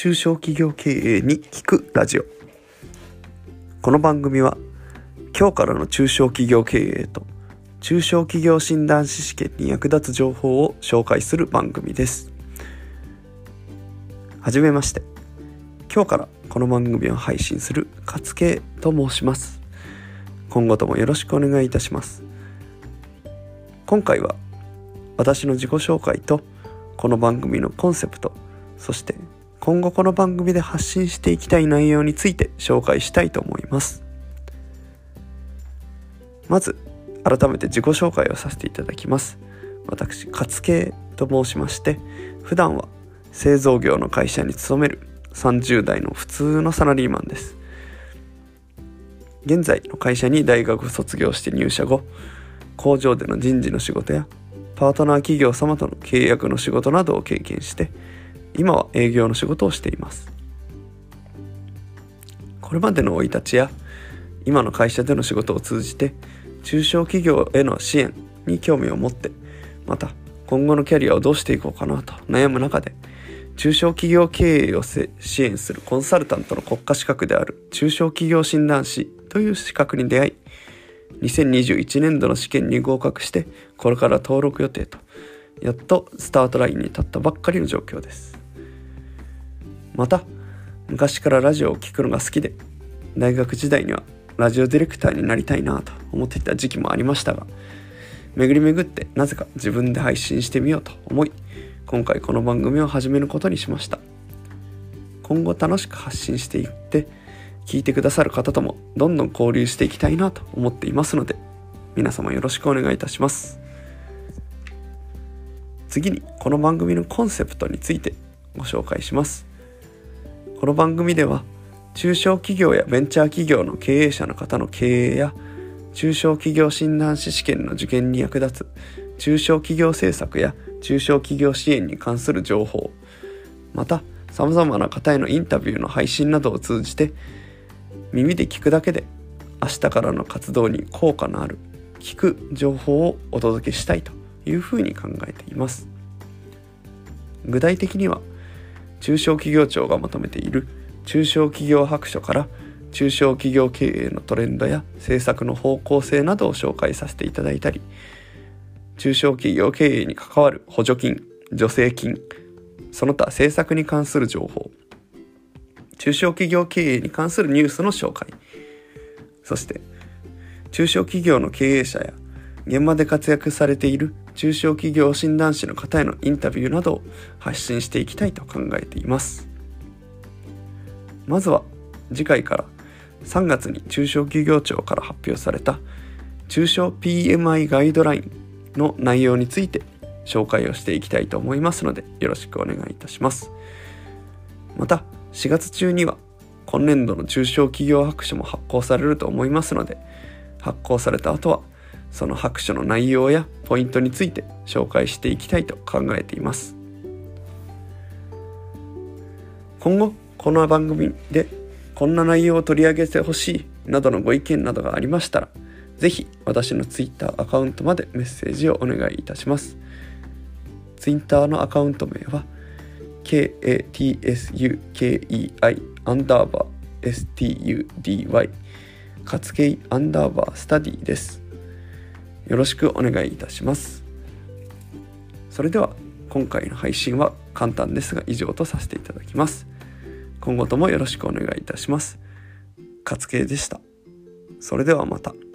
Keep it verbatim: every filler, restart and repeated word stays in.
中小企業経営に聞くラジオ。この番組は今日からの中小企業経営と中小企業診断士試験に役立つ情報を紹介する番組です。はじめまして。今日からこの番組を配信する勝慶と申します。今後ともよろしくお願いいたします。今回は私の自己紹介とこの番組のコンセプト、そして今後この番組で発信していきたい内容について紹介したいと思います。まず改めて自己紹介をさせていただきます。私勝慶と申しまして、普段は製造業の会社に勤めるさんじゅう代の普通のサラリーマンです。現在の会社に大学を卒業して入社後、工場での人事の仕事やパートナー企業様との契約の仕事などを経験して、今は営業の仕事をしています。これまでの生い立ちや今の会社での仕事を通じて中小企業への支援に興味を持って、また今後のキャリアをどうしていこうかなと悩む中で、中小企業経営を支援するコンサルタントの国家資格である中小企業診断士という資格に出会い、にせんにじゅういちねんどの試験に合格して、これから登録予定と、やっとスタートラインに立ったばっかりの状況です。また昔からラジオを聞くのが好きで、大学時代にはラジオディレクターになりたいなと思っていた時期もありましたが、巡り巡ってなぜか自分で配信してみようと思い、今回この番組を始めることにしました。今後楽しく発信していって聞いてくださる方ともどんどん交流していきたいなと思っていますので、皆様よろしくお願いいたします。次にこの番組のコンセプトについてご紹介します。この番組では中小企業やベンチャー企業の経営者の方の経営や中小企業診断士試験の受験に役立つ中小企業政策や中小企業支援に関する情報、またさまざまな方へのインタビューの配信などを通じて、耳で聞くだけで明日からの活動に効果のある聞く情報をお届けしたいというふうに考えています。具体的には中小企業庁がまとめている中小企業白書から中小企業経営のトレンドや政策の方向性などを紹介させていただいたり、中小企業経営に関わる補助金、助成金、その他政策に関する情報、中小企業経営に関するニュースの紹介、そして中小企業の経営者や現場で活躍されている中小企業診断士の方へのインタビューなどを発信していきたいと考えています。まずは次回からさんがつに中小企業庁から発表された中小 ピーエムアイ ガイドラインの内容について紹介をしていきたいと思いますので、よろしくお願いいたします。またしがつ中には今年度の中小企業白書も発行されると思いますので、発行された後はその白書の内容やポイントについて紹介していきたいと考えています。今後この番組でこんな内容を取り上げてほしいなどのご意見などがありましたら、ぜひ私のツイッターアカウントまでメッセージをお願いいたします。ツイッターのアカウント名は ケーエーティーエスユーケーイーアイ アンダーバー エスティーユーディーワイ 勝慶アンダーバースタディです。よろしくお願いいたします。それでは今回の配信は簡単ですが以上とさせていただきます。今後ともよろしくお願いいたします。勝慶でした。それではまた。